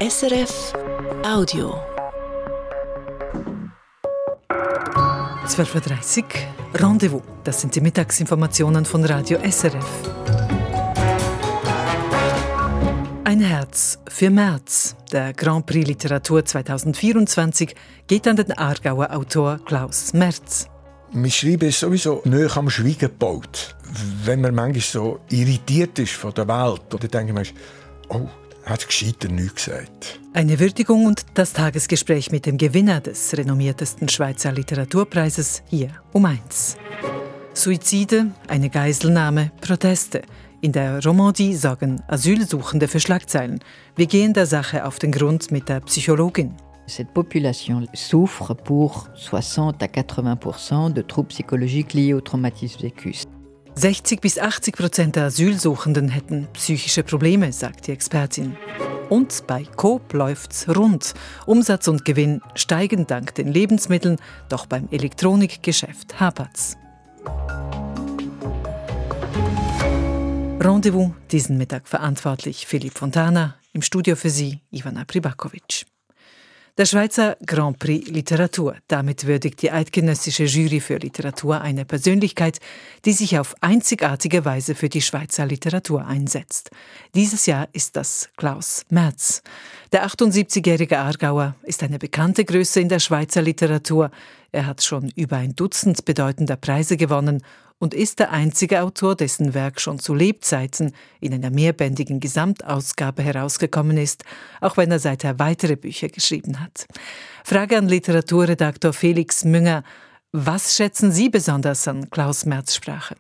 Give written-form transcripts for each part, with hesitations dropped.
SRF Audio. 12.30 Uhr, Rendezvous. Das sind die Mittagsinformationen von Radio SRF. Ein Herz für März. Der Grand Prix Literatur 2024 geht an den Aargauer Autor Klaus Merz. Mein Schreiben ist sowieso näher am Schweigen gebaut. Wenn man manchmal so irritiert ist von der Welt, dann denke ich mir, er hat gescheiter nichts gesagt. Eine Würdigung und das Tagesgespräch mit dem Gewinner des renommiertesten Schweizer Literaturpreises hier um 1. Suizide, eine Geiselnahme, Proteste. In der Romandie sorgen Asylsuchende für Schlagzeilen. Wir gehen der Sache auf den Grund mit der Psychologin. Cette population souffre pour 60 à 80% de troubles psychologiques liés au traumatisme vécu. 60-80% der Asylsuchenden hätten psychische Probleme, sagt die Expertin. Und bei Coop läuft's rund. Umsatz und Gewinn steigen dank den Lebensmitteln, doch beim Elektronikgeschäft hapert's. Rendezvous diesen Mittag verantwortlich Philipp Fontana, im Studio für Sie Ivana Pribakovic. Der Schweizer Grand Prix Literatur. Damit würdigt die Eidgenössische Jury für Literatur eine Persönlichkeit, die sich auf einzigartige Weise für die Schweizer Literatur einsetzt. Dieses Jahr ist das Klaus Merz. Der 78-jährige Aargauer ist eine bekannte Größe in der Schweizer Literatur. Er hat schon über ein Dutzend bedeutender Preise gewonnen und ist der einzige Autor, dessen Werk schon zu Lebzeiten in einer mehrbändigen Gesamtausgabe herausgekommen ist, auch wenn er seither weitere Bücher geschrieben hat. Frage an Literaturredaktor Felix Münger: Was schätzen Sie besonders an Klaus Merz' Sprache?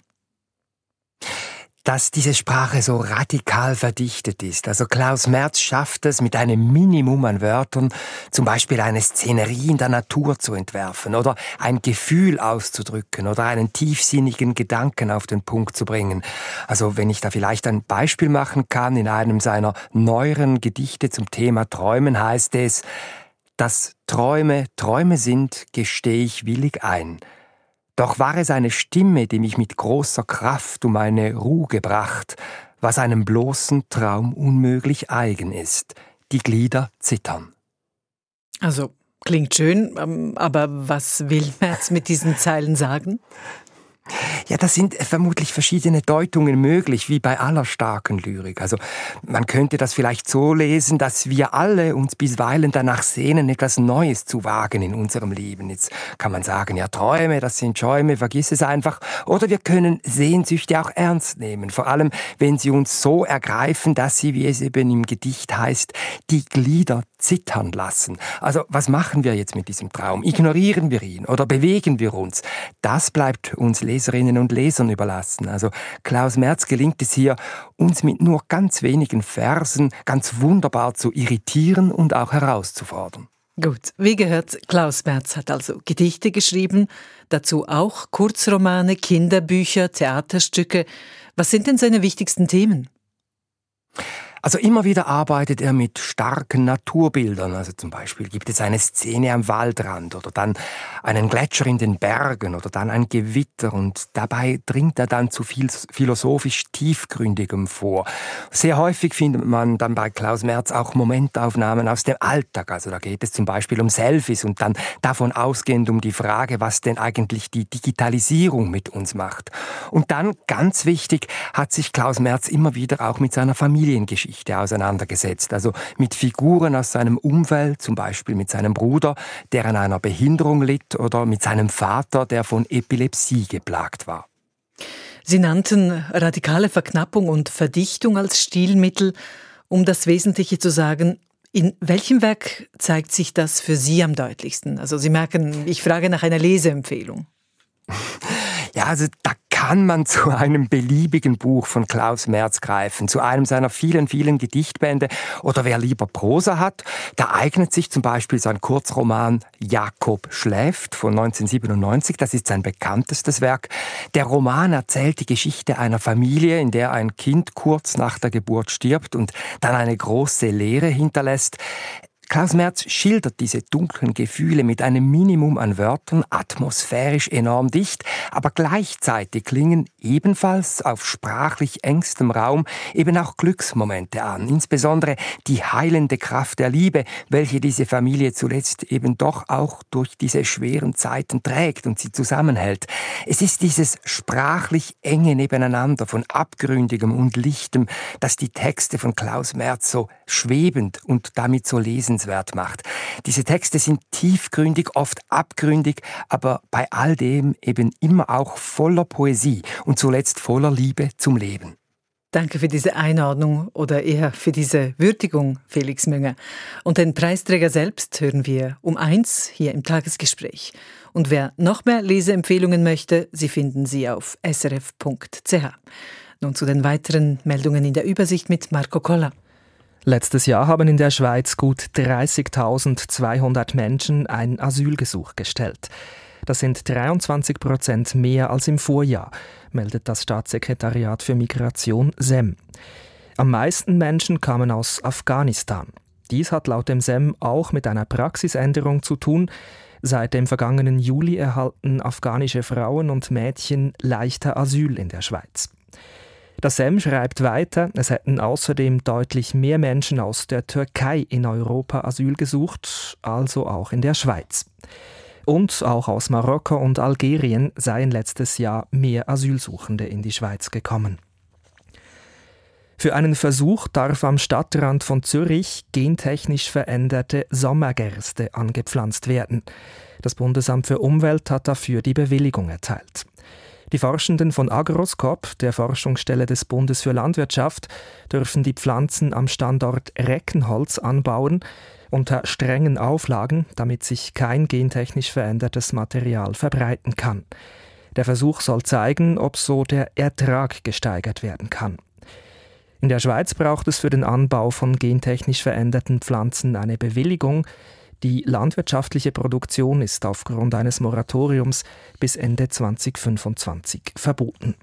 Dass diese Sprache so radikal verdichtet ist. Also Klaus Merz schafft es, mit einem Minimum an Wörtern zum Beispiel eine Szenerie in der Natur zu entwerfen oder ein Gefühl auszudrücken oder einen tiefsinnigen Gedanken auf den Punkt zu bringen. Also wenn ich da vielleicht ein Beispiel machen kann, in einem seiner neueren Gedichte zum Thema Träumen heißt es: Dass Träume Träume sind, gestehe ich willig ein. Doch war es eine Stimme, die mich mit großer Kraft um eine Ruhe gebracht, was einem bloßen Traum unmöglich eigen ist. Die Glieder zittern. Also, klingt schön, aber was will Merz mit diesen Zeilen sagen? Ja, da sind vermutlich verschiedene Deutungen möglich, wie bei aller starken Lyrik. Also man könnte das vielleicht so lesen, dass wir alle uns bisweilen danach sehnen, etwas Neues zu wagen in unserem Leben. Jetzt kann man sagen, ja, Träume, das sind Schäume, vergiss es einfach. Oder wir können Sehnsüchte auch ernst nehmen, vor allem wenn sie uns so ergreifen, dass sie, wie es eben im Gedicht heißt, die Glieder zittern lassen. Also was machen wir jetzt mit diesem Traum? Ignorieren wir ihn oder bewegen wir uns? Das bleibt uns Leserinnen und Lesern überlassen. Also Klaus Merz gelingt es hier, uns mit nur ganz wenigen Versen ganz wunderbar zu irritieren und auch herauszufordern. Gut, wie gehört, Klaus Merz hat also Gedichte geschrieben, dazu auch Kurzromane, Kinderbücher, Theaterstücke. Was sind denn seine wichtigsten Themen? Also immer wieder arbeitet er mit starken Naturbildern. Also zum Beispiel gibt es eine Szene am Waldrand oder dann einen Gletscher in den Bergen oder dann ein Gewitter und dabei dringt er dann zu viel philosophisch Tiefgründigem vor. Sehr häufig findet man dann bei Klaus Merz auch Momentaufnahmen aus dem Alltag. Also da geht es zum Beispiel um Selfies und dann davon ausgehend um die Frage, was denn eigentlich die Digitalisierung mit uns macht. Und dann, ganz wichtig, hat sich Klaus Merz immer wieder auch mit seiner Familiengeschichte auseinandergesetzt. Also mit Figuren aus seinem Umfeld, zum Beispiel mit seinem Bruder, der an einer Behinderung litt, oder mit seinem Vater, der von Epilepsie geplagt war. Sie nannten radikale Verknappung und Verdichtung als Stilmittel. Um das Wesentliche zu sagen, in welchem Werk zeigt sich das für Sie am deutlichsten? Also Sie merken, ich frage nach einer Leseempfehlung. Ja, also da kann man zu einem beliebigen Buch von Klaus Merz greifen, zu einem seiner vielen, vielen Gedichtbände. Oder wer lieber Prosa hat, da eignet sich zum Beispiel sein Kurzroman Jakob schläft von 1997. Das ist sein bekanntestes Werk. Der Roman erzählt die Geschichte einer Familie, in der ein Kind kurz nach der Geburt stirbt und dann eine große Leere hinterlässt. Klaus Merz schildert diese dunklen Gefühle mit einem Minimum an Wörtern, atmosphärisch enorm dicht, aber gleichzeitig klingen ebenfalls auf sprachlich engstem Raum eben auch Glücksmomente an, insbesondere die heilende Kraft der Liebe, welche diese Familie zuletzt eben doch auch durch diese schweren Zeiten trägt und sie zusammenhält. Es ist dieses sprachlich enge Nebeneinander von Abgründigem und Lichtem, das die Texte von Klaus Merz so schwebend und damit so lesenswert macht. Diese Texte sind tiefgründig, oft abgründig, aber bei all dem eben immer auch voller Poesie und zuletzt voller Liebe zum Leben. Danke für diese Einordnung oder eher für diese Würdigung, Felix Münger. Und den Preisträger selbst hören wir um 1 hier im Tagesgespräch. Und wer noch mehr Leseempfehlungen möchte, Sie finden sie auf srf.ch. Nun zu den weiteren Meldungen in der Übersicht mit Marco Koller. Letztes Jahr haben in der Schweiz gut 30.200 Menschen ein Asylgesuch gestellt. Das sind 23% mehr als im Vorjahr, meldet das Staatssekretariat für Migration SEM. Am meisten Menschen kamen aus Afghanistan. Dies hat laut dem SEM auch mit einer Praxisänderung zu tun. Seit dem vergangenen Juli erhalten afghanische Frauen und Mädchen leichter Asyl in der Schweiz. Das SEM schreibt weiter, es hätten außerdem deutlich mehr Menschen aus der Türkei in Europa Asyl gesucht, also auch in der Schweiz. Und auch aus Marokko und Algerien seien letztes Jahr mehr Asylsuchende in die Schweiz gekommen. Für einen Versuch darf am Stadtrand von Zürich gentechnisch veränderte Sommergerste angepflanzt werden. Das Bundesamt für Umwelt hat dafür die Bewilligung erteilt. Die Forschenden von Agroscope, der Forschungsstelle des Bundes für Landwirtschaft, dürfen die Pflanzen am Standort Reckenholz anbauen, unter strengen Auflagen, damit sich kein gentechnisch verändertes Material verbreiten kann. Der Versuch soll zeigen, ob so der Ertrag gesteigert werden kann. In der Schweiz braucht es für den Anbau von gentechnisch veränderten Pflanzen eine Bewilligung. Die landwirtschaftliche Produktion ist aufgrund eines Moratoriums bis Ende 2025 verboten.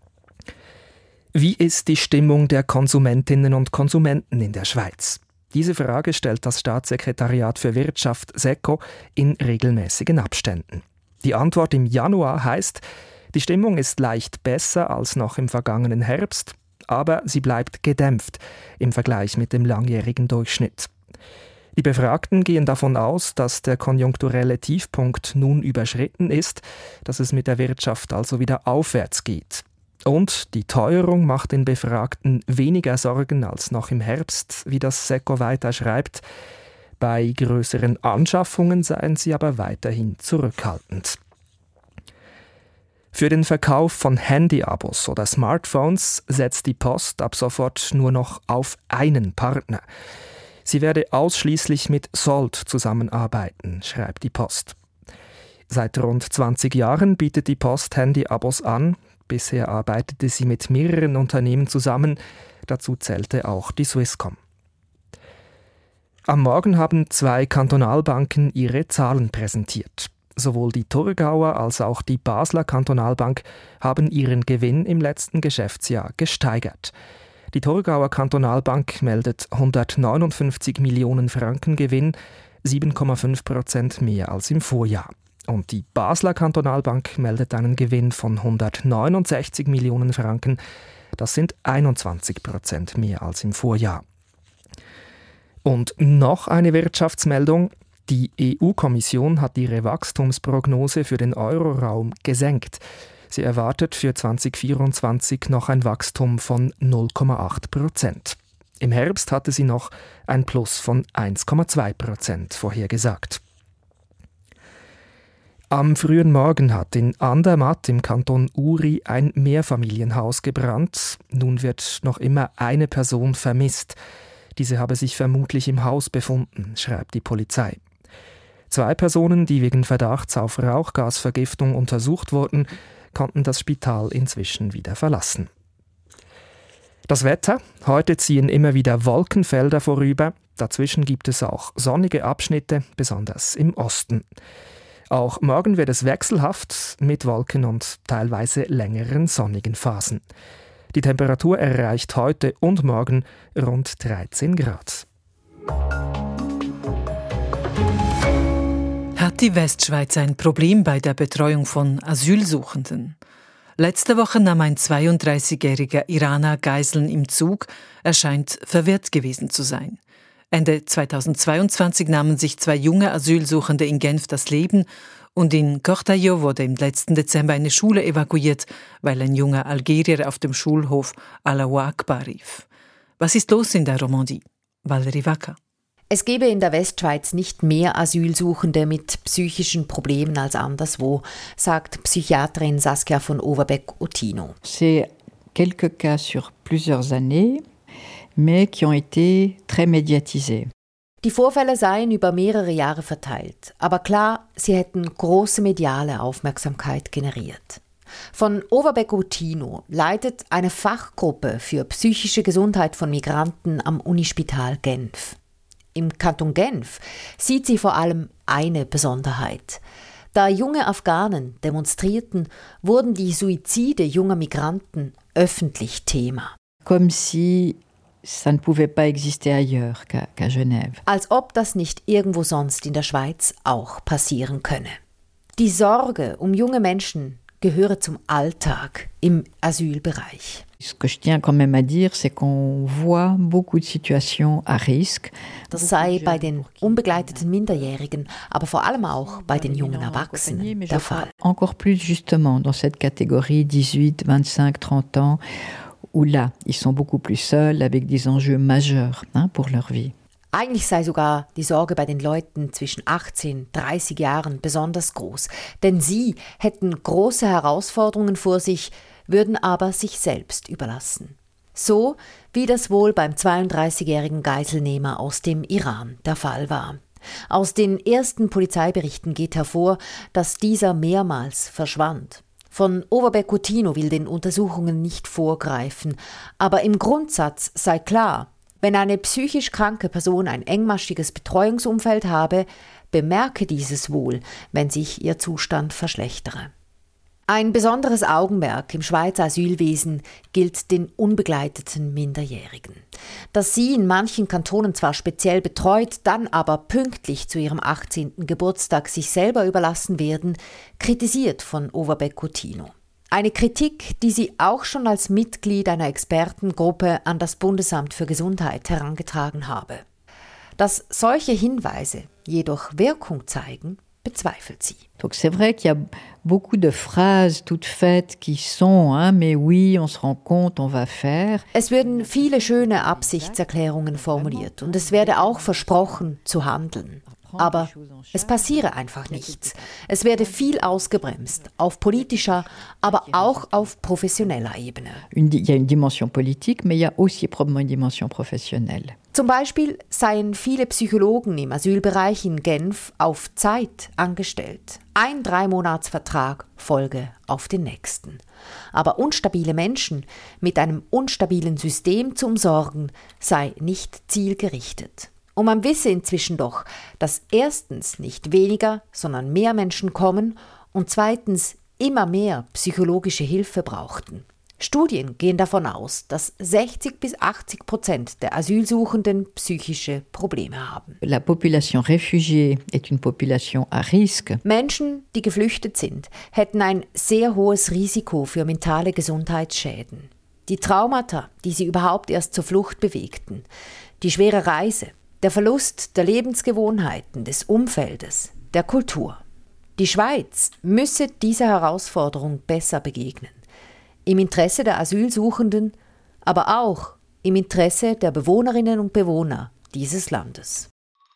Wie ist die Stimmung der Konsumentinnen und Konsumenten in der Schweiz? Diese Frage stellt das Staatssekretariat für Wirtschaft SECO in regelmäßigen Abständen. Die Antwort im Januar heißt, die Stimmung ist leicht besser als noch im vergangenen Herbst, aber sie bleibt gedämpft im Vergleich mit dem langjährigen Durchschnitt. Die Befragten gehen davon aus, dass der konjunkturelle Tiefpunkt nun überschritten ist, dass es mit der Wirtschaft also wieder aufwärts geht. Und die Teuerung macht den Befragten weniger Sorgen als noch im Herbst, wie das SECO weiter schreibt. Bei größeren Anschaffungen seien sie aber weiterhin zurückhaltend. Für den Verkauf von Handy-Abos oder Smartphones setzt die Post ab sofort nur noch auf einen Partner. Sie werde ausschließlich mit Salt zusammenarbeiten, schreibt die Post. Seit rund 20 Jahren bietet die Post Handy-Abos an. Bisher arbeitete sie mit mehreren Unternehmen zusammen. Dazu zählte auch die Swisscom. Am Morgen haben 2 Kantonalbanken ihre Zahlen präsentiert. Sowohl die Thurgauer als auch die Basler Kantonalbank haben ihren Gewinn im letzten Geschäftsjahr gesteigert. Die Thurgauer Kantonalbank meldet 159 Millionen Franken Gewinn, 7,5% mehr als im Vorjahr. Und die Basler Kantonalbank meldet einen Gewinn von 169 Millionen Franken, das sind 21% mehr als im Vorjahr. Und noch eine Wirtschaftsmeldung. Die EU-Kommission hat ihre Wachstumsprognose für den Euroraum gesenkt. Sie erwartet für 2024 noch ein Wachstum von 0,8%. Im Herbst hatte sie noch ein Plus von 1,2% vorhergesagt. Am frühen Morgen hat in Andermatt im Kanton Uri ein Mehrfamilienhaus gebrannt. Nun wird noch immer eine Person vermisst. Diese habe sich vermutlich im Haus befunden, schreibt die Polizei. 2 Personen, die wegen Verdachts auf Rauchgasvergiftung untersucht wurden, konnten das Spital inzwischen wieder verlassen. Das Wetter. Heute ziehen immer wieder Wolkenfelder vorüber. Dazwischen gibt es auch sonnige Abschnitte, besonders im Osten. Auch morgen wird es wechselhaft mit Wolken und teilweise längeren sonnigen Phasen. Die Temperatur erreicht heute und morgen rund 13 Grad. die Westschweiz ein Problem bei der Betreuung von Asylsuchenden? Letzte Woche nahm ein 32-jähriger Iraner Geiseln im Zug. Er scheint verwirrt gewesen zu sein. Ende 2022 nahmen sich 2 junge Asylsuchende in Genf das Leben und in Cortaillot wurde im letzten Dezember eine Schule evakuiert, weil ein junger Algerier auf dem Schulhof Allahu Akbar rief. Was ist los in der Romandie? Valerie Wacker. Es gebe in der Westschweiz nicht mehr Asylsuchende mit psychischen Problemen als anderswo, sagt Psychiaterin Saskia von Overbeck-Ottino. C'est quelques cas sur plusieurs années, mais qui ont été très médiatisés. Die Vorfälle seien über mehrere Jahre verteilt, aber klar, sie hätten große mediale Aufmerksamkeit generiert. Von Overbeck-Ottino leitet eine Fachgruppe für psychische Gesundheit von Migranten am Unispital Genf. Im Kanton Genf sieht sie vor allem eine Besonderheit. Da junge Afghanen demonstrierten, wurden die Suizide junger Migranten öffentlich Thema. Comme si ça ne pouvait pas exister ailleurs qu'à Genève. Als ob das nicht irgendwo sonst in der Schweiz auch passieren könne. Die Sorge um junge Menschen gehöre zum Alltag im Asylbereich. Ce que je tiens quand même à dire, c'est qu'on voit beaucoup de situations à risque. Das sei bei den unbegleiteten Minderjährigen, aber vor allem auch bei den jungen Erwachsenen der Fall. Encore plus justement dans cette catégorie 18, 25, 30 ans, où là, ils sont beaucoup plus seuls avec des enjeux majeurs pour leur vie. Eigentlich sei sogar die Sorge bei den Leuten zwischen 18 und 30 Jahren besonders groß, denn sie hätten große Herausforderungen vor sich, würden aber sich selbst überlassen. So wie das wohl beim 32-jährigen Geiselnehmer aus dem Iran der Fall war. Aus den ersten Polizeiberichten geht hervor, dass dieser mehrmals verschwand. Von Overbeck-Ottino will den Untersuchungen nicht vorgreifen, aber im Grundsatz sei klar, wenn eine psychisch kranke Person ein engmaschiges Betreuungsumfeld habe, bemerke dieses wohl, wenn sich ihr Zustand verschlechtere. Ein besonderes Augenmerk im Schweizer Asylwesen gilt den unbegleiteten Minderjährigen. Dass sie in manchen Kantonen zwar speziell betreut, dann aber pünktlich zu ihrem 18. Geburtstag sich selber überlassen werden, kritisiert von Overbeck-Ottino. Eine Kritik, die sie auch schon als Mitglied einer Expertengruppe an das Bundesamt für Gesundheit herangetragen habe. Dass solche Hinweise jedoch Wirkung zeigen, bezweifelt sie. Donc c'est vrai qu'il y a beaucoup de phrases toutes faites qui sont mais oui, on se rend compte, on va faire. Es würden viele schöne Absichtserklärungen formuliert und es werde auch versprochen zu handeln. Aber es passiere einfach nichts. Es werde viel ausgebremst, auf politischer, aber auch auf professioneller Ebene. Il y a une dimension politique, mais il y a aussi probablement une dimension professionnelle. Zum Beispiel seien viele Psychologen im Asylbereich in Genf auf Zeit angestellt. Ein 3-Monats-Vertrag folge auf den nächsten. Aber unstabile Menschen mit einem unstabilen System zu umsorgen, sei nicht zielgerichtet. Und man wisse inzwischen doch, dass erstens nicht weniger, sondern mehr Menschen kommen und zweitens immer mehr psychologische Hilfe brauchten. Studien gehen davon aus, dass 60-80% der Asylsuchenden psychische Probleme haben. La population réfugiée est une population à risque. Menschen, die geflüchtet sind, hätten ein sehr hohes Risiko für mentale Gesundheitsschäden. Die Traumata, die sie überhaupt erst zur Flucht bewegten, die schwere Reise, der Verlust der Lebensgewohnheiten, des Umfeldes, der Kultur. Die Schweiz müsse dieser Herausforderung besser begegnen. Im Interesse der Asylsuchenden, aber auch im Interesse der Bewohnerinnen und Bewohner dieses Landes.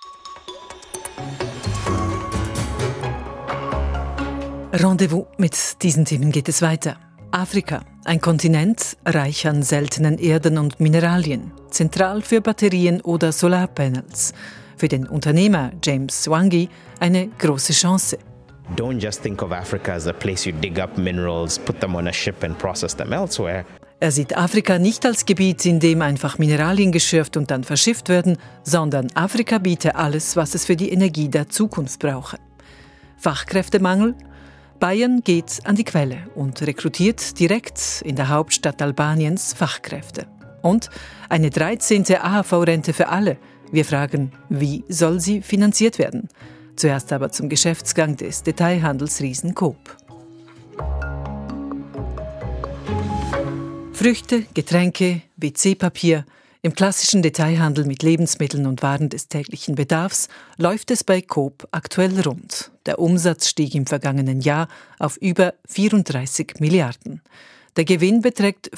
Rendezvous mit diesen Themen geht es weiter. Afrika, ein Kontinent reich an seltenen Erden und Mineralien, zentral für Batterien oder Solarpanels. Für den Unternehmer James Wangi eine große Chance. Don't just think of Africa as a place you dig up minerals, put them on a ship and process them elsewhere. Er sieht Afrika nicht als Gebiet, in dem einfach Mineralien geschürft und dann verschifft werden, sondern Afrika biete alles, was es für die Energie der Zukunft brauche. Fachkräftemangel? Bayern geht an die Quelle und rekrutiert direkt in der Hauptstadt Albaniens Fachkräfte. Und eine 13. AHV-Rente für alle. Wir fragen, wie soll sie finanziert werden? Zuerst aber zum Geschäftsgang des Detailhandelsriesen Coop. Früchte, Getränke, WC-Papier. Im klassischen Detailhandel mit Lebensmitteln und Waren des täglichen Bedarfs läuft es bei Coop aktuell rund. Der Umsatz stieg im vergangenen Jahr auf über 34 Milliarden. Der Gewinn beträgt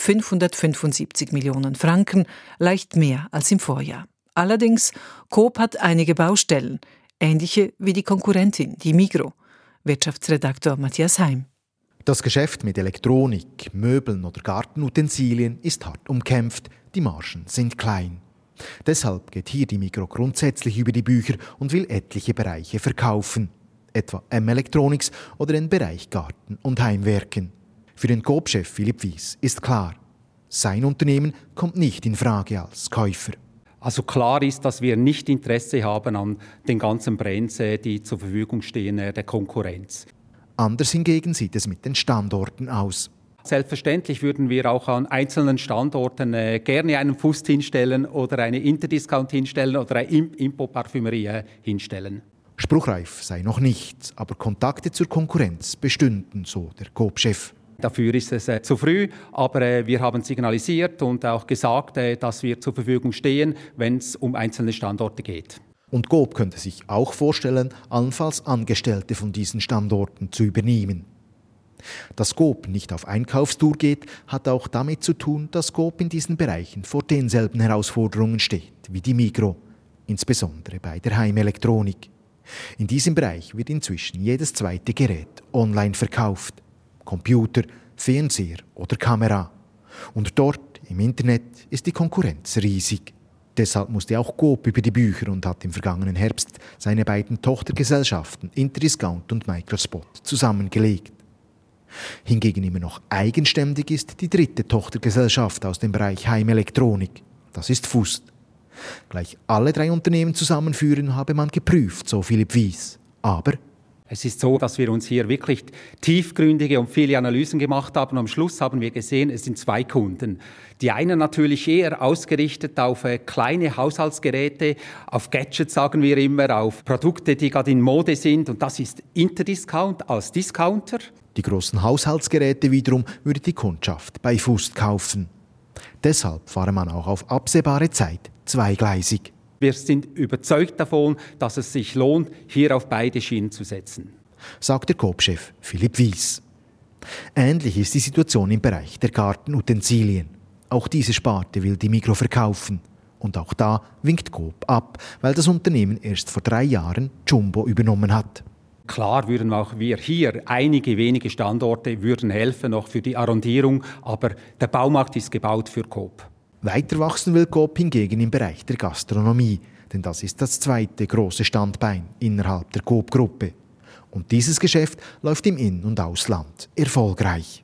575 Millionen Franken, leicht mehr als im Vorjahr. Allerdings, Coop hat einige Baustellen, ähnliche wie die Konkurrentin, die Migros. Wirtschaftsredaktor Matthias Heim. Das Geschäft mit Elektronik, Möbeln oder Gartenutensilien ist hart umkämpft, die Margen sind klein. Deshalb geht hier die Migros grundsätzlich über die Bücher und will etliche Bereiche verkaufen, etwa M-Electronics oder den Bereich Garten und Heimwerken. Für den Coop-Chef Philipp Wies ist klar, sein Unternehmen kommt nicht in Frage als Käufer. Also klar ist, dass wir nicht Interesse haben an den ganzen Brands, die zur Verfügung stehen, der Konkurrenz. Anders hingegen sieht es mit den Standorten aus. Selbstverständlich würden wir auch an einzelnen Standorten gerne einen Fust hinstellen oder eine Interdiscount hinstellen oder eine Import-Parfümerie hinstellen. Spruchreif sei noch nichts, aber Kontakte zur Konkurrenz bestünden, so der Coop-Chef. Dafür ist es zu früh, aber wir haben signalisiert und auch gesagt, dass wir zur Verfügung stehen, wenn es um einzelne Standorte geht. Und Coop könnte sich auch vorstellen, allenfalls Angestellte von diesen Standorten zu übernehmen. Dass Coop nicht auf Einkaufstour geht, hat auch damit zu tun, dass Coop in diesen Bereichen vor denselben Herausforderungen steht wie die Migros, insbesondere bei der Heimelektronik. In diesem Bereich wird inzwischen jedes zweite Gerät online verkauft. Computer, Fernseher oder Kamera. Und dort, im Internet, ist die Konkurrenz riesig. Deshalb musste auch Coop über die Bücher und hat im vergangenen Herbst seine beiden Tochtergesellschaften Interdiscount und Microspot zusammengelegt. Hingegen immer noch eigenständig ist die dritte Tochtergesellschaft aus dem Bereich Heimelektronik. Das ist Fust. Gleich alle drei Unternehmen zusammenführen habe man geprüft, so Philipp Wies. Aber es ist so, dass wir uns hier wirklich tiefgründige und viele Analysen gemacht haben. Und am Schluss haben wir gesehen, es sind zwei Kunden. Die einen natürlich eher ausgerichtet auf kleine Haushaltsgeräte, auf Gadgets, sagen wir immer, auf Produkte, die gerade in Mode sind. Und das ist Interdiscount als Discounter. Die großen Haushaltsgeräte wiederum würde die Kundschaft bei Fust kaufen. Deshalb fahre man auch auf absehbare Zeit zweigleisig. Wir sind überzeugt davon, dass es sich lohnt, hier auf beide Schienen zu setzen, sagt der Coop-Chef Philipp Wies. Ähnlich ist die Situation im Bereich der Gartenutensilien. Auch diese Sparte will die Migros verkaufen. Und auch da winkt Coop ab, weil das Unternehmen erst vor 3 Jahren Jumbo übernommen hat. Klar würden auch wir hier, einige wenige Standorte würden helfen noch für die Arrondierung, aber der Baumarkt ist gebaut für Coop. Weiter wachsen will Coop hingegen im Bereich der Gastronomie, denn das ist das zweite große Standbein innerhalb der Coop-Gruppe. Und dieses Geschäft läuft im In- und Ausland erfolgreich.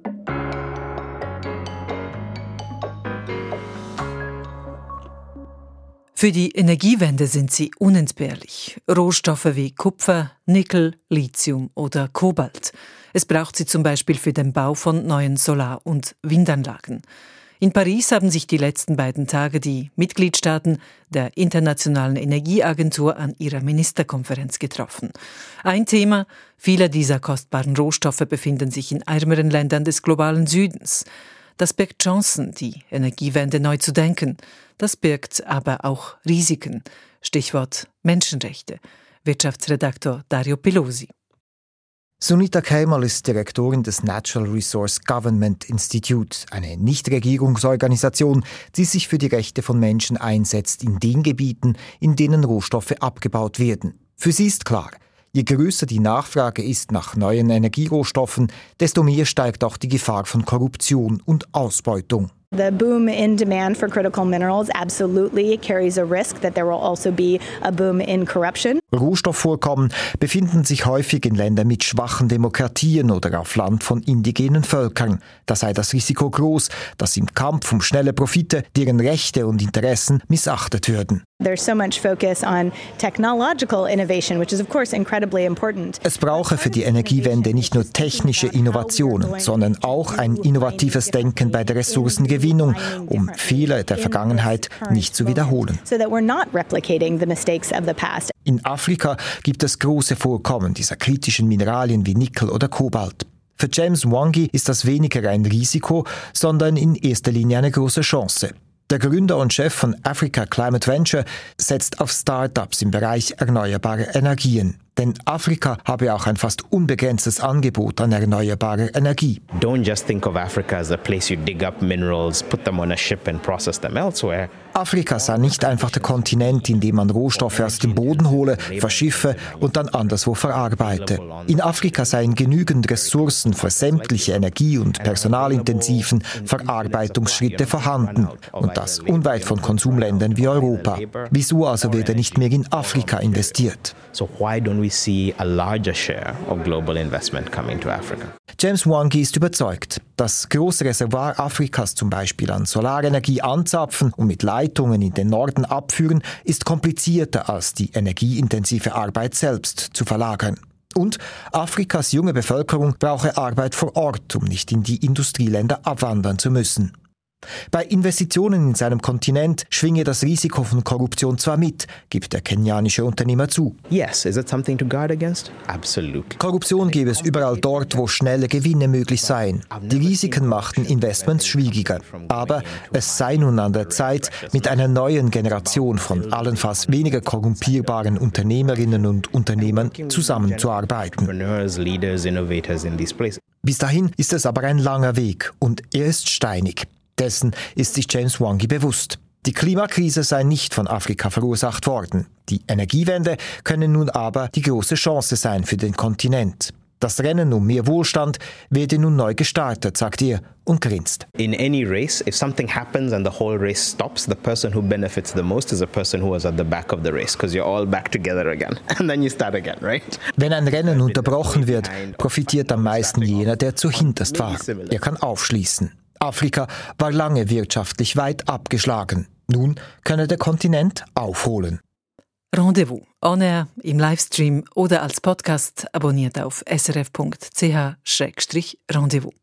Für die Energiewende sind sie unentbehrlich. Rohstoffe wie Kupfer, Nickel, Lithium oder Kobalt. Es braucht sie zum Beispiel für den Bau von neuen Solar- und Windanlagen. In Paris haben sich die letzten beiden Tage die Mitgliedstaaten der Internationalen Energieagentur an ihrer Ministerkonferenz getroffen. Ein Thema: viele dieser kostbaren Rohstoffe befinden sich in ärmeren Ländern des globalen Südens. Das birgt Chancen, die Energiewende neu zu denken. Das birgt aber auch Risiken. Stichwort Menschenrechte. Wirtschaftsredaktor Dario Pelosi. Sunita Keimal ist Direktorin des Natural Resource Government Institute, eine Nichtregierungsorganisation, die sich für die Rechte von Menschen einsetzt in den Gebieten, in denen Rohstoffe abgebaut werden. Für sie ist klar, je größer die Nachfrage ist nach neuen Energierohstoffen, desto mehr steigt auch die Gefahr von Korruption und Ausbeutung. The boom in demand for critical minerals absolutely carries a risk that there will also be a boom in corruption. Rohstoffvorkommen befinden sich häufig in Ländern mit schwachen Demokratien oder auf Land von indigenen Völkern. Da sei das Risiko groß, dass im Kampf um schnelle Profite deren Rechte und Interessen missachtet würden. There's so much focus on technological innovation, which is of course incredibly important. Es brauche für die Energiewende nicht nur technische Innovationen, sondern auch ein innovatives Denken bei der Ressourcengewinnung. Energiegewinnung, um Fehler der Vergangenheit nicht zu wiederholen. In Afrika gibt es große Vorkommen dieser kritischen Mineralien wie Nickel oder Kobalt. Für James Mwangi ist das weniger ein Risiko, sondern in erster Linie eine große Chance. Der Gründer und Chef von Africa Climate Venture setzt auf Start-ups im Bereich erneuerbare Energien. Denn Afrika habe auch ein fast unbegrenztes Angebot an erneuerbarer Energie. Don't just think of Africa as a place you dig up minerals, put them on a ship and process them elsewhere. Afrika sei nicht einfach der Kontinent, in dem man Rohstoffe aus dem Boden hole, verschiffe und dann anderswo verarbeite. In Afrika seien genügend Ressourcen für sämtliche energie- und personalintensiven Verarbeitungsschritte vorhanden. Und das unweit von Konsumländern wie Europa. Wieso also werde nicht mehr in Afrika investiert? So why don't we see a larger share of global investment coming to Africa? James Mwangi ist überzeugt, das große Reservoir Afrikas zum Beispiel an Solarenergie anzapfen und mit Leitungen in den Norden abführen, ist komplizierter als die energieintensive Arbeit selbst zu verlagern. Und Afrikas junge Bevölkerung brauche Arbeit vor Ort, um nicht in die Industrieländer abwandern zu müssen. Bei Investitionen in seinem Kontinent schwinge das Risiko von Korruption zwar mit, gibt der kenianische Unternehmer zu. Yes, is it something to guard against? Absolutely. Korruption gäbe es überall dort, wo schnelle Gewinne möglich seien. Die Risiken machten Investments schwieriger. Aber es sei nun an der Zeit, mit einer neuen Generation von allenfalls weniger korrumpierbaren Unternehmerinnen und Unternehmern zusammenzuarbeiten. Bis dahin ist es aber ein langer Weg und er ist steinig. Dessen ist sich James Mwangi bewusst. Die Klimakrise sei nicht von Afrika verursacht worden. Die Energiewende könne nun aber die große Chance sein für den Kontinent. Das Rennen um mehr Wohlstand werde nun neu gestartet, sagt er und grinst. In any race, if something happens and the whole race stops, the person who benefits the most is the person who was at the back of the race, because you're all back together again and then you start again, right? Wenn ein Rennen unterbrochen wird, profitiert am meisten jener, der zuhinterst war. Er kann aufschließen. Afrika war lange wirtschaftlich weit abgeschlagen. Nun könne der Kontinent aufholen. Rendezvous on air, im Livestream oder als Podcast abonniert auf srf.ch/rendezvous.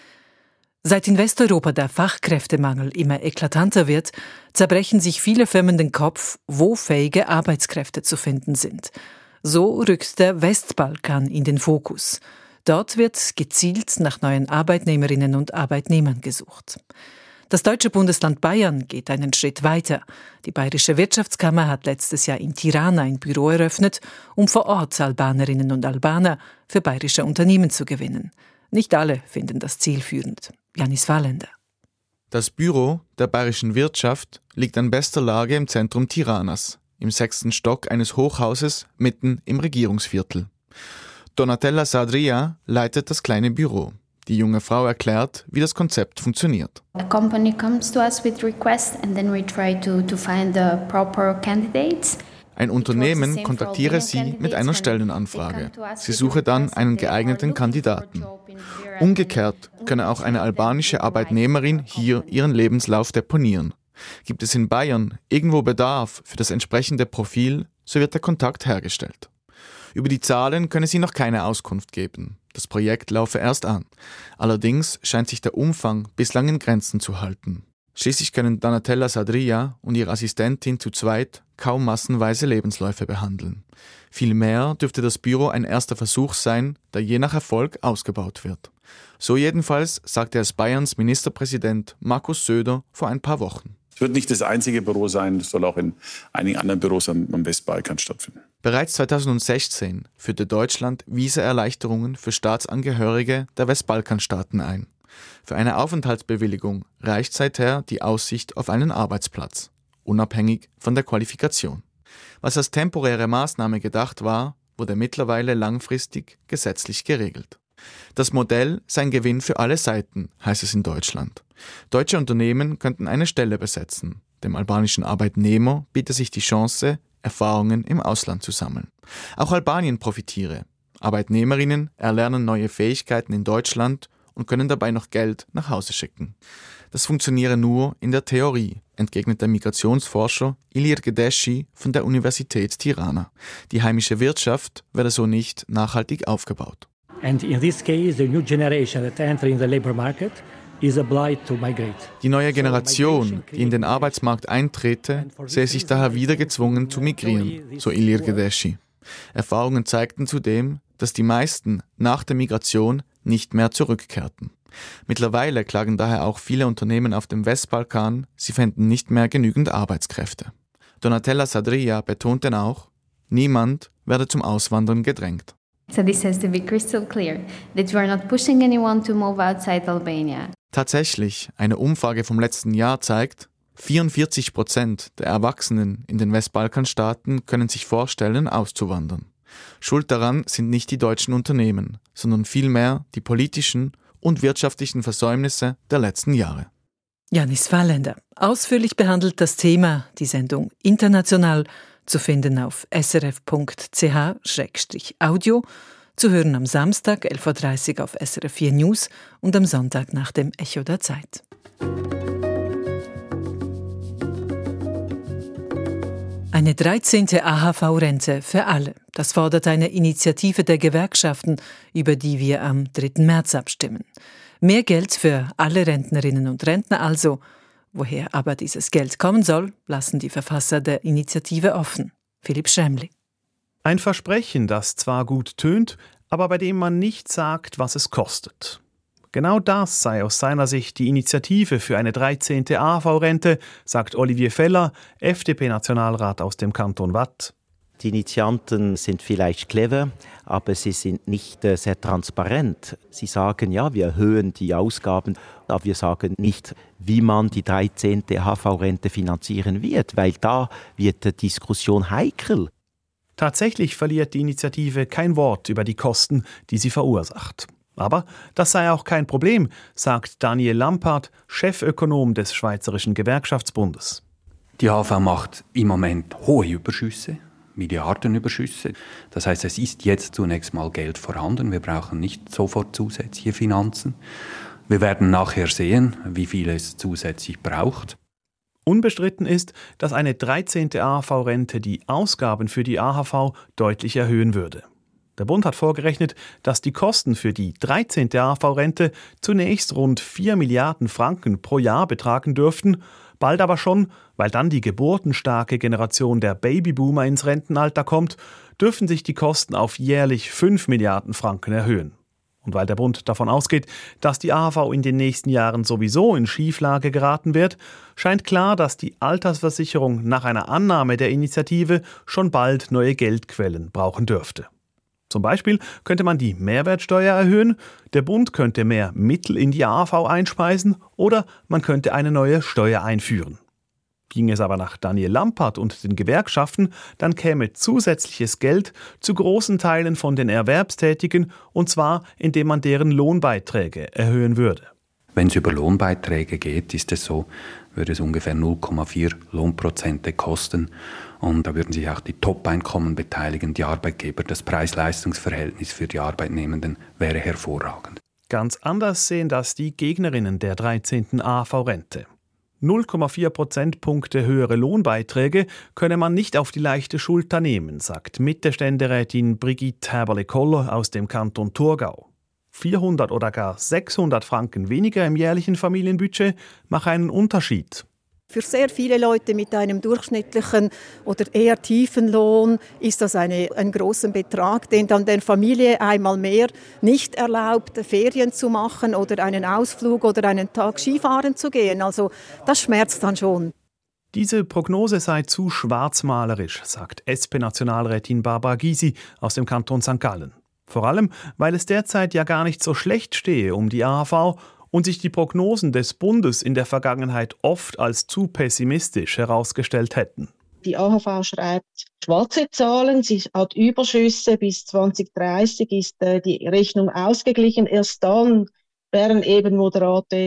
Seit in Westeuropa der Fachkräftemangel immer eklatanter wird, zerbrechen sich viele Firmen den Kopf, wo fähige Arbeitskräfte zu finden sind. So rückt der Westbalkan in den Fokus. Dort wird gezielt nach neuen Arbeitnehmerinnen und Arbeitnehmern gesucht. Das deutsche Bundesland Bayern geht einen Schritt weiter. Die Bayerische Wirtschaftskammer hat letztes Jahr in Tirana ein Büro eröffnet, um vor Ort Albanerinnen und Albaner für bayerische Unternehmen zu gewinnen. Nicht alle finden das zielführend. Janis Wallender. Das Büro der Bayerischen Wirtschaft liegt an bester Lage im Zentrum Tiranas, im 6. Stock eines Hochhauses mitten im Regierungsviertel. Donatella Sadria leitet das kleine Büro. Die junge Frau erklärt, wie das Konzept funktioniert. A company comes to us with requests and then we try to find the proper candidates. Ein Unternehmen kontaktiere sie mit einer Stellenanfrage. Sie suche dann einen geeigneten Kandidaten. Umgekehrt könne auch eine albanische Arbeitnehmerin hier ihren Lebenslauf deponieren. Gibt es in Bayern irgendwo Bedarf für das entsprechende Profil, so wird der Kontakt hergestellt. Über die Zahlen könne sie noch keine Auskunft geben. Das Projekt laufe erst an. Allerdings scheint sich der Umfang bislang in Grenzen zu halten. Schließlich können Donatella Sadria und ihre Assistentin zu zweit kaum massenweise Lebensläufe behandeln. Vielmehr dürfte das Büro ein erster Versuch sein, der je nach Erfolg ausgebaut wird. So jedenfalls sagte es Bayerns Ministerpräsident Markus Söder vor ein paar Wochen. Es wird nicht das einzige Büro sein, es soll auch in einigen anderen Büros am Westbalkan stattfinden. Bereits 2016 führte Deutschland Visaerleichterungen für Staatsangehörige der Westbalkanstaaten ein. Für eine Aufenthaltsbewilligung reicht seither die Aussicht auf einen Arbeitsplatz, unabhängig von der Qualifikation. Was als temporäre Maßnahme gedacht war, wurde mittlerweile langfristig gesetzlich geregelt. Das Modell sei ein Gewinn für alle Seiten, heißt es in Deutschland. Deutsche Unternehmen könnten eine Stelle besetzen. Dem albanischen Arbeitnehmer bietet sich die Chance, Erfahrungen im Ausland zu sammeln. Auch Albanien profitiere. Arbeitnehmerinnen erlernen neue Fähigkeiten in Deutschland und können dabei noch Geld nach Hause schicken. Das funktioniere nur in der Theorie, entgegnet der Migrationsforscher Ilir Gedesci von der Universität Tirana. Die heimische Wirtschaft werde so nicht nachhaltig aufgebaut. And in this case, the new generation that enter in the labor market Die neue Generation, die in den Arbeitsmarkt eintrete, sähe sich daher wieder gezwungen zu migrieren, so Ilir Gedeschi. Erfahrungen zeigten zudem, dass die meisten nach der Migration nicht mehr zurückkehrten. Mittlerweile klagen daher auch viele Unternehmen auf dem Westbalkan, sie fänden nicht mehr genügend Arbeitskräfte. Donatella Sadria betont denn auch, niemand werde zum Auswandern gedrängt. So this has to be crystal clear that we are not pushing anyone to move outside Albania. Tatsächlich, eine Umfrage vom letzten Jahr zeigt, 44% der Erwachsenen in den Westbalkanstaaten können sich vorstellen, auszuwandern. Schuld daran sind nicht die deutschen Unternehmen, sondern vielmehr die politischen und wirtschaftlichen Versäumnisse der letzten Jahre. Janis Fallender. Ausführlich behandelt das Thema, die Sendung international, zu finden auf srf.ch/audio, zu hören am Samstag 11.30 Uhr auf SRF 4 News und am Sonntag nach dem Echo der Zeit. Eine 13. AHV-Rente für alle. Das fordert eine Initiative der Gewerkschaften, über die wir am 3. März abstimmen. Mehr Geld für alle Rentnerinnen und Rentner also. Woher aber dieses Geld kommen soll, lassen die Verfasser der Initiative offen. Philipp Schämli. Ein Versprechen, das zwar gut tönt, aber bei dem man nicht sagt, was es kostet. Genau das sei aus seiner Sicht die Initiative für eine 13. AHV-Rente, sagt Olivier Feller, FDP-Nationalrat aus dem Kanton Waadt. Die Initianten sind vielleicht clever, aber sie sind nicht sehr transparent. Sie sagen, ja, wir erhöhen die Ausgaben, aber wir sagen nicht, wie man die 13. AHV-Rente finanzieren wird, weil da wird die Diskussion heikel. Tatsächlich verliert die Initiative kein Wort über die Kosten, die sie verursacht. Aber das sei auch kein Problem, sagt Daniel Lampard, Chefökonom des Schweizerischen Gewerkschaftsbundes. Die AHV macht im Moment hohe Überschüsse, Milliardenüberschüsse. Das heißt, es ist jetzt zunächst mal Geld vorhanden. Wir brauchen nicht sofort zusätzliche Finanzen. Wir werden nachher sehen, wie viel es zusätzlich braucht. Unbestritten ist, dass eine 13. AHV-Rente die Ausgaben für die AHV deutlich erhöhen würde. Der Bund hat vorgerechnet, dass die Kosten für die 13. AHV-Rente zunächst rund 4 Milliarden Franken pro Jahr betragen dürften, bald aber schon, weil dann die geburtenstarke Generation der Babyboomer ins Rentenalter kommt, dürfen sich die Kosten auf jährlich 5 Milliarden Franken erhöhen. Und weil der Bund davon ausgeht, dass die AHV in den nächsten Jahren sowieso in Schieflage geraten wird, scheint klar, dass die Altersversicherung nach einer Annahme der Initiative schon bald neue Geldquellen brauchen dürfte. Zum Beispiel könnte man die Mehrwertsteuer erhöhen, der Bund könnte mehr Mittel in die AHV einspeisen oder man könnte eine neue Steuer einführen. Ging es aber nach Daniel Lampard und den Gewerkschaften, dann käme zusätzliches Geld zu großen Teilen von den Erwerbstätigen, und zwar indem man deren Lohnbeiträge erhöhen würde. Wenn es über Lohnbeiträge geht, ist es so, würde es ungefähr 0,4 Lohnprozente kosten. Und da würden sich auch die Top-Einkommen beteiligen, die Arbeitgeber. Das Preis-Leistungs-Verhältnis für die Arbeitnehmenden wäre hervorragend. Ganz anders sehen das die Gegnerinnen der 13. AHV-Rente. 0,4 Prozentpunkte höhere Lohnbeiträge könne man nicht auf die leichte Schulter nehmen, sagt Mittelständerätin Brigitte Häberle-Koller aus dem Kanton Thurgau. 400 oder gar 600 Franken weniger im jährlichen Familienbudget mache einen Unterschied. Für sehr viele Leute mit einem durchschnittlichen oder eher tiefen Lohn ist das ein großer Betrag, den dann der Familie einmal mehr nicht erlaubt, Ferien zu machen oder einen Ausflug oder einen Tag Skifahren zu gehen. Also das schmerzt dann schon. Diese Prognose sei zu schwarzmalerisch, sagt SP-Nationalrätin Barbara Gysi aus dem Kanton St. Gallen. Vor allem, weil es derzeit ja gar nicht so schlecht stehe um die AHV und sich die Prognosen des Bundes in der Vergangenheit oft als zu pessimistisch herausgestellt hätten. Die AHV schreibt schwarze Zahlen, sie hat Überschüsse, bis 2030 ist die Rechnung ausgeglichen. Erst dann wären eben moderate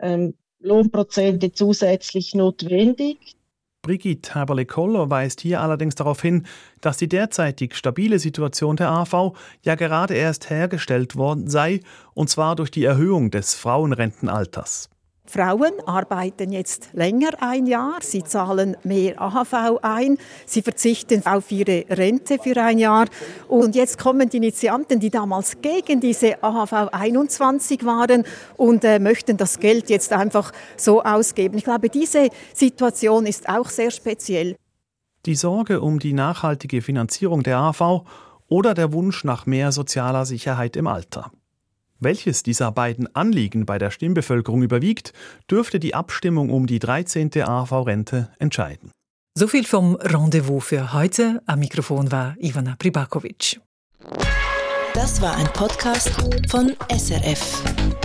Lohnprozente zusätzlich notwendig. Brigitte Häberle-Koller weist hier allerdings darauf hin, dass die derzeitig stabile Situation der AHV ja gerade erst hergestellt worden sei, und zwar durch die Erhöhung des Frauenrentenalters. Frauen arbeiten jetzt länger ein Jahr, sie zahlen mehr AHV ein, sie verzichten auf ihre Rente für ein Jahr. Und jetzt kommen die Initianten, die damals gegen diese AHV 21 waren und möchten das Geld jetzt einfach so ausgeben. Ich glaube, diese Situation ist auch sehr speziell. Die Sorge um die nachhaltige Finanzierung der AHV oder der Wunsch nach mehr sozialer Sicherheit im Alter. Welches dieser beiden Anliegen bei der Stimmbevölkerung überwiegt, dürfte die Abstimmung um die 13. AHV-Rente entscheiden. So viel vom Rendezvous für heute. Am Mikrofon war Ivana Pribakovic. Das war ein Podcast von SRF.